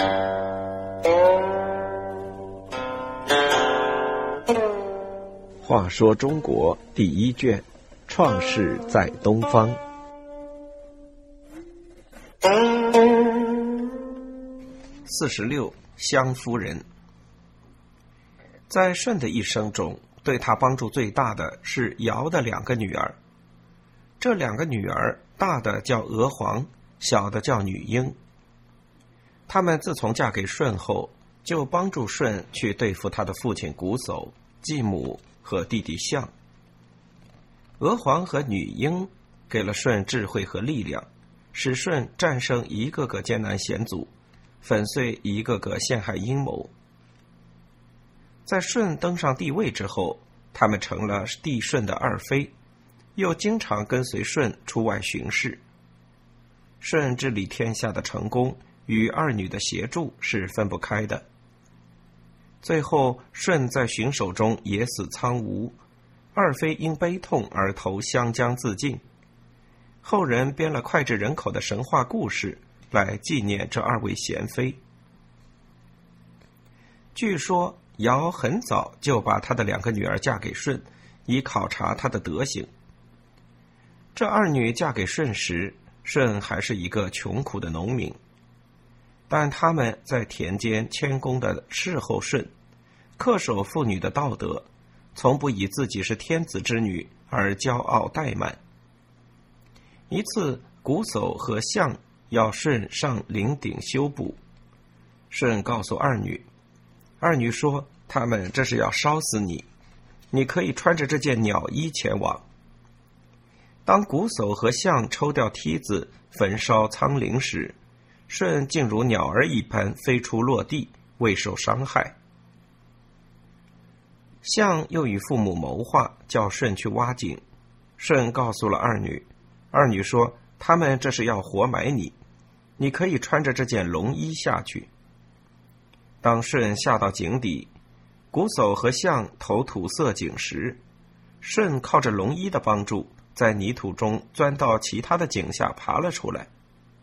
话说中国第一卷，创世在东方。46湘夫人。在舜的一生中，对他帮助最大的是尧的2个女儿。这2个女儿，大的叫娥皇，小的叫女英。她们自从嫁给舜后，就帮助舜去对付他的父亲瞽叟、继母和弟弟象。娥皇和女英给了舜智慧和力量，使舜战胜一个个艰难险阻，粉碎一个个陷害阴谋。在舜登上帝位之后，他们成了帝舜的二妃，又经常跟随舜出外巡视。舜治理天下的成功与二女的协助是分不开的。最后舜在巡守中也死苍梧，二妃因悲痛而投湘江自尽。后人编了脍炙人口的神话故事来纪念这2位贤妃。据说尧很早就把他的2个女儿嫁给舜，以考察他的德行。这2女嫁给舜时，舜还是一个穷苦的农民，但他们在田间谦恭地侍候舜，恪守妇女的道德，从不以自己是天子之女而骄傲怠慢。一次，瞽叟和象要舜上陵顶修补，舜告诉2女，2女说他们这是要烧死你，你可以穿着这件鸟衣前往。当瞽叟和象抽掉梯子焚烧苍陵时，舜竟如鸟儿一般飞出落地，未受伤害。象又与父母谋划，叫舜去挖井。舜告诉了2女，2女说他们这是要活埋你，你可以穿着这件龙衣下去。当舜下到井底，瞽叟和象投土塞井时，舜靠着龙衣的帮助，在泥土中钻到其他的井下爬了出来。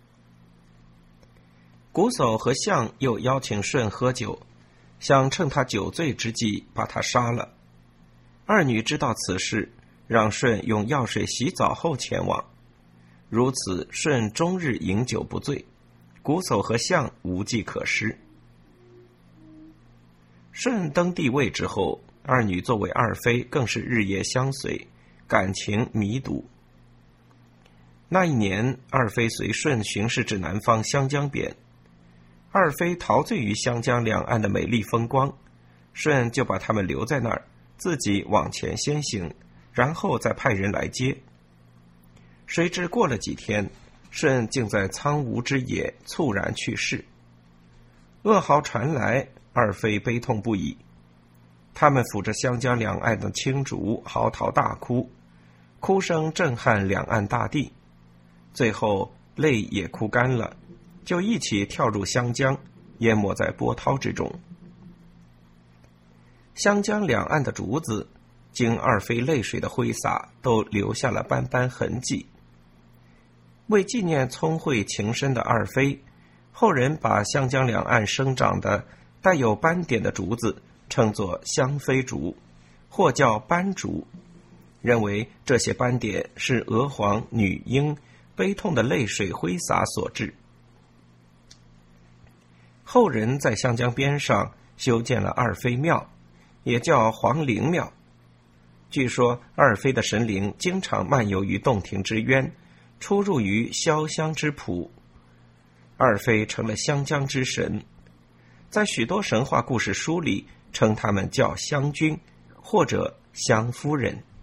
瞽叟和象又邀请舜喝酒，想趁他酒醉之际把他杀了。2女知道此事，让舜用药水洗澡后前往。如此，舜终日饮酒不醉，瞽叟和象无计可施。舜登帝位之后，2女作为二妃更是日夜相随，感情弥笃。那一年，二妃随舜巡视至南方湘江边，二妃陶醉于湘江两岸的美丽风光，舜就把他们留在那儿，自己往前先行，然后再派人来接。谁知过了几天，舜竟在苍梧之野猝然去世。噩耗传来，二妃悲痛不已，他们抚着湘江两岸的青竹嚎啕大哭，哭声震撼两岸大地，最后泪也哭干了，就一起跳入湘江，淹没在波涛之中。湘江两岸的竹子经二妃泪水的挥洒，都留下了斑斑痕迹。为纪念聪慧情深的二妃，后人把湘江两岸生长的带有斑点的竹子称作湘妃竹，或叫斑竹，认为这些斑点是娥皇、女英悲痛的泪水挥洒所致。后人在湘江边上修建了二妃庙，也叫皇陵庙。据说二妃的神灵经常漫游于洞庭之渊，出入于潇湘之浦，二妃成了湘江之神。在许多神话故事书里称他们叫湘君或者湘夫人。